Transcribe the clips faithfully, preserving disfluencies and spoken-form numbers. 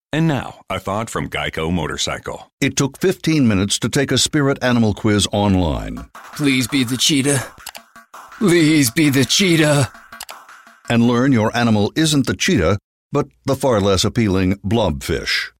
And now, a thought from Geico Motorcycle. It took fifteen minutes to take a spirit animal quiz online. Please be the cheetah. Please be the cheetah. And learn your animal isn't the cheetah, but the far less appealing blobfish.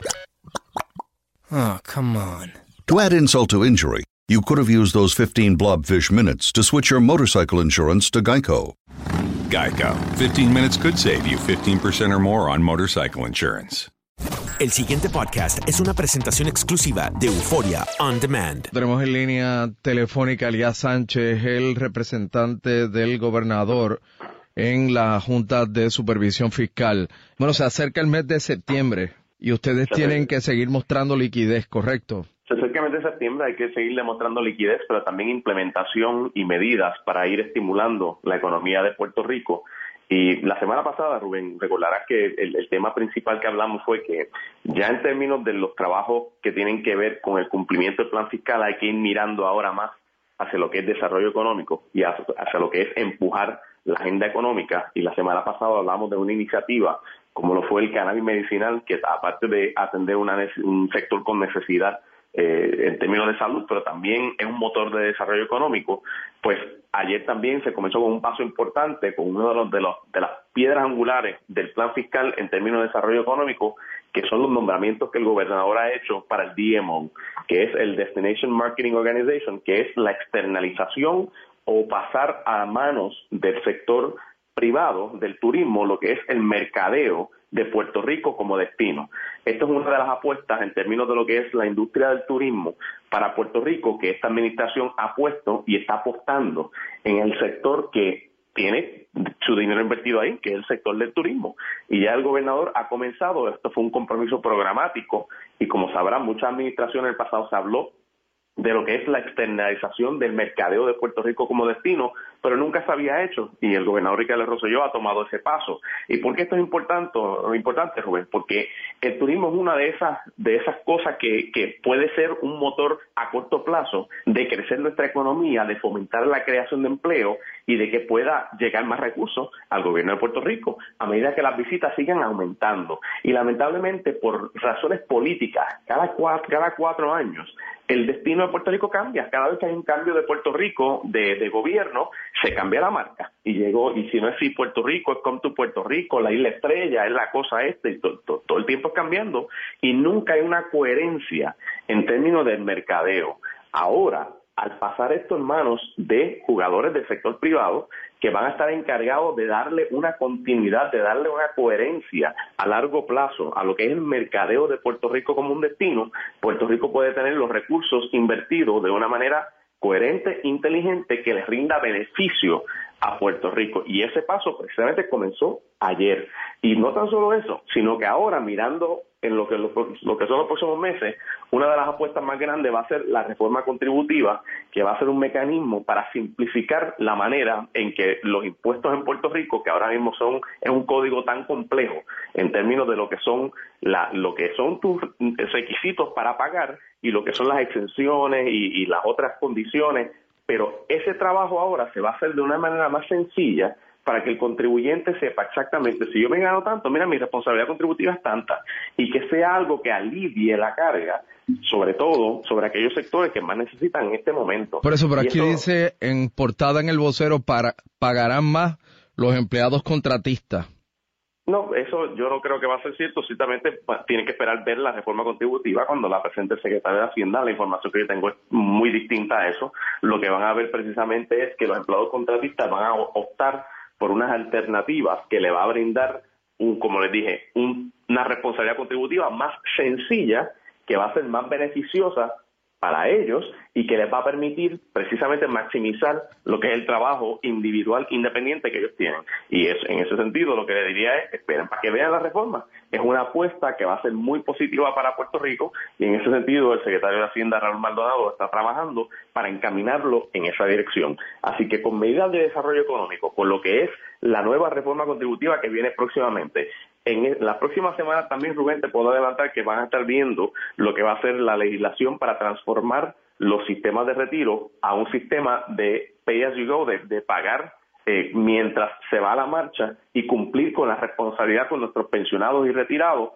Oh, come on. To add insult to injury, you could have used those fifteen blobfish minutes to switch your motorcycle insurance to Geico. Geico. fifteen minutes could save you fifteen percent or more on motorcycle insurance. El siguiente podcast es una presentación exclusiva de Euforia On Demand. Tenemos en línea telefónica a Elías Sánchez, el representante del gobernador en la Junta de Supervisión Fiscal. Bueno, se acerca el mes de septiembre y ustedes se tienen que seguir mostrando liquidez, ¿correcto? Se acerca el mes de septiembre, hay que seguir demostrando liquidez, pero también implementación y medidas para ir estimulando la economía de Puerto Rico. Y la semana pasada, Rubén, recordarás que el, el tema principal que hablamos fue que ya en términos de los trabajos que tienen que ver con el cumplimiento del plan fiscal hay que ir mirando ahora más hacia lo que es desarrollo económico y hacia, hacia lo que es empujar la agenda económica. Y la semana pasada hablamos de una iniciativa como lo fue el cannabis medicinal, que aparte de atender una, un sector con necesidad Eh, en términos de salud, pero también es un motor de desarrollo económico, pues ayer también se comenzó con un paso importante, con uno de los de los de las piedras angulares del plan fiscal en términos de desarrollo económico, que son los nombramientos que el gobernador ha hecho para el D M O, que es el Destination Marketing Organization, que es la externalización o pasar a manos del sector privado del turismo, lo que es el mercadeo de Puerto Rico como destino. Esto es una de las apuestas en términos de lo que es la industria del turismo para Puerto Rico, que esta administración ha puesto y está apostando en el sector que tiene su dinero invertido ahí, que es el sector del turismo. Y ya el gobernador ha comenzado, esto fue un compromiso programático, y como sabrán, muchas administraciones en el pasado se habló de lo que es la externalización del mercadeo de Puerto Rico como destino, pero nunca se había hecho, y el gobernador Ricardo Rosselló ha tomado ese paso. ¿Y por qué esto es importante, importante Rubén? Porque el turismo es una de esas de esas cosas que, que puede ser un motor a corto plazo de crecer nuestra economía, de fomentar la creación de empleo y de que pueda llegar más recursos al gobierno de Puerto Rico a medida que las visitas sigan aumentando. Y lamentablemente, por razones políticas, cada cuatro, cada cuatro años, el destino de Puerto Rico cambia. Cada vez que hay un cambio de Puerto Rico, de, de gobierno, se cambia la marca. Y llegó, y si no es si Puerto Rico, es Come to Puerto Rico, la isla estrella, es la cosa esta, y to, to, todo el tiempo es cambiando. Y nunca hay una coherencia en términos del mercadeo. Ahora, al pasar esto en manos de jugadores del sector privado, que van a estar encargados de darle una continuidad, de darle una coherencia a largo plazo a lo que es el mercadeo de Puerto Rico como un destino, Puerto Rico puede tener los recursos invertidos de una manera coherente, inteligente, que les rinda beneficio a Puerto Rico. Y ese paso precisamente comenzó ayer. Y no tan solo eso, sino que ahora, mirando en lo que, lo, lo que son los próximos meses, una de las apuestas más grandes va a ser la reforma contributiva, que va a ser un mecanismo para simplificar la manera en que los impuestos en Puerto Rico, que ahora mismo son es un código tan complejo en términos de lo que son la, lo que son tus requisitos para pagar y lo que son las exenciones y, y las otras condiciones, pero ese trabajo ahora se va a hacer de una manera más sencilla para que el contribuyente sepa exactamente, si yo me gano tanto, mira, mi responsabilidad contributiva es tanta, y que sea algo que alivie la carga, sobre todo sobre aquellos sectores que más necesitan en este momento. Por eso, por aquí eso, dice, en portada en el vocero, para, pagarán más los empleados contratistas. No, eso yo no creo que va a ser cierto. Ciertamente tiene que esperar ver la reforma contributiva cuando la presente el secretario de Hacienda. La información que yo tengo es muy distinta a eso. Lo que van a ver precisamente es que los empleados contratistas van a optar por unas alternativas que le va a brindar, un, como les dije, un, una responsabilidad contributiva más sencilla, que va a ser más beneficiosa para ellos y que les va a permitir precisamente maximizar lo que es el trabajo individual independiente que ellos tienen. Y es, en ese sentido lo que les diría es, esperen para que vean la reforma. Es una apuesta que va a ser muy positiva para Puerto Rico y en ese sentido el secretario de Hacienda, Raúl Maldonado, está trabajando para encaminarlo en esa dirección. Así que con medidas de desarrollo económico, con lo que es la nueva reforma contributiva que viene próximamente, en la próxima semana también, Rubén, te puedo adelantar que van a estar viendo lo que va a ser la legislación para transformar los sistemas de retiro a un sistema de pay as you go, de, de pagar eh, mientras se va a la marcha y cumplir con la responsabilidad con nuestros pensionados y retirados,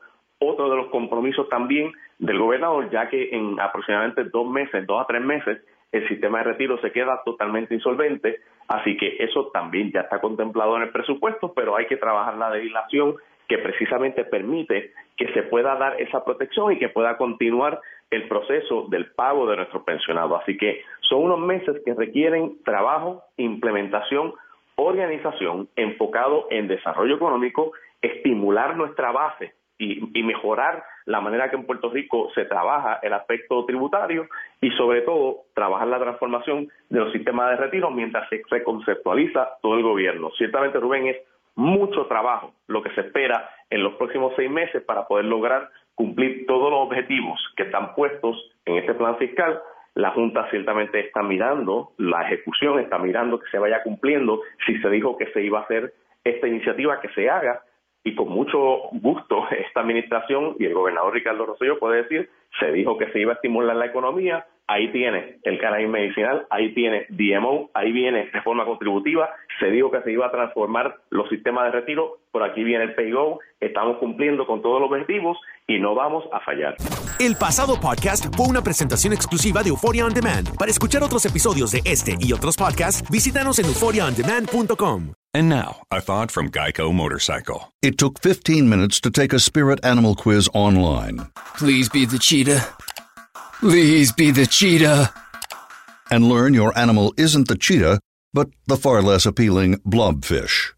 otro de los compromisos también del gobernador, ya que en aproximadamente dos meses, dos a tres meses, el sistema de retiro se queda totalmente insolvente, así que eso también ya está contemplado en el presupuesto, pero hay que trabajar la legislación que precisamente permite que se pueda dar esa protección y que pueda continuar el proceso del pago de nuestros pensionados. Así que son unos meses que requieren trabajo, implementación, organización, enfocado en desarrollo económico, estimular nuestra base y, y mejorar la manera que en Puerto Rico se trabaja el aspecto tributario y sobre todo trabajar la transformación de los sistemas de retiro mientras se reconceptualiza todo el gobierno. Ciertamente, Rubén, es mucho trabajo lo que se espera en los próximos seis meses para poder lograr cumplir todos los objetivos que están puestos en este plan fiscal. La Junta ciertamente está mirando la ejecución, está mirando que se vaya cumpliendo. Si se dijo que se iba a hacer esta iniciativa, que se haga, y con mucho gusto esta administración y el gobernador Ricardo Rosselló puede decir, se dijo que se iba a estimular la economía, ahí tiene el cannabis medicinal, ahí tiene D M O, ahí viene reforma contributiva, se dijo que se iba a transformar los sistemas de retiro, por aquí viene el Pay-Go, estamos cumpliendo con todos los objetivos y no vamos a fallar. El pasado podcast fue una presentación exclusiva de Euphoria On Demand. Para escuchar otros episodios de este y otros podcasts, visítanos en euphoria on demand punto com. And now, a thought from Geico Motorcycle. It took fifteen minutes to take a spirit animal quiz online Please be the cheetah. Please be the cheetah. and learn your animal isn't the cheetah, but the far less appealing blobfish.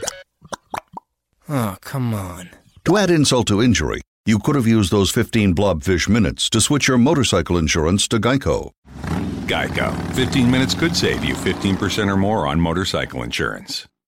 Oh, come on. To add insult to injury, you could have used those fifteen blobfish minutes to switch your motorcycle insurance to Geico. Geico. fifteen minutes could save you fifteen percent or more on motorcycle insurance.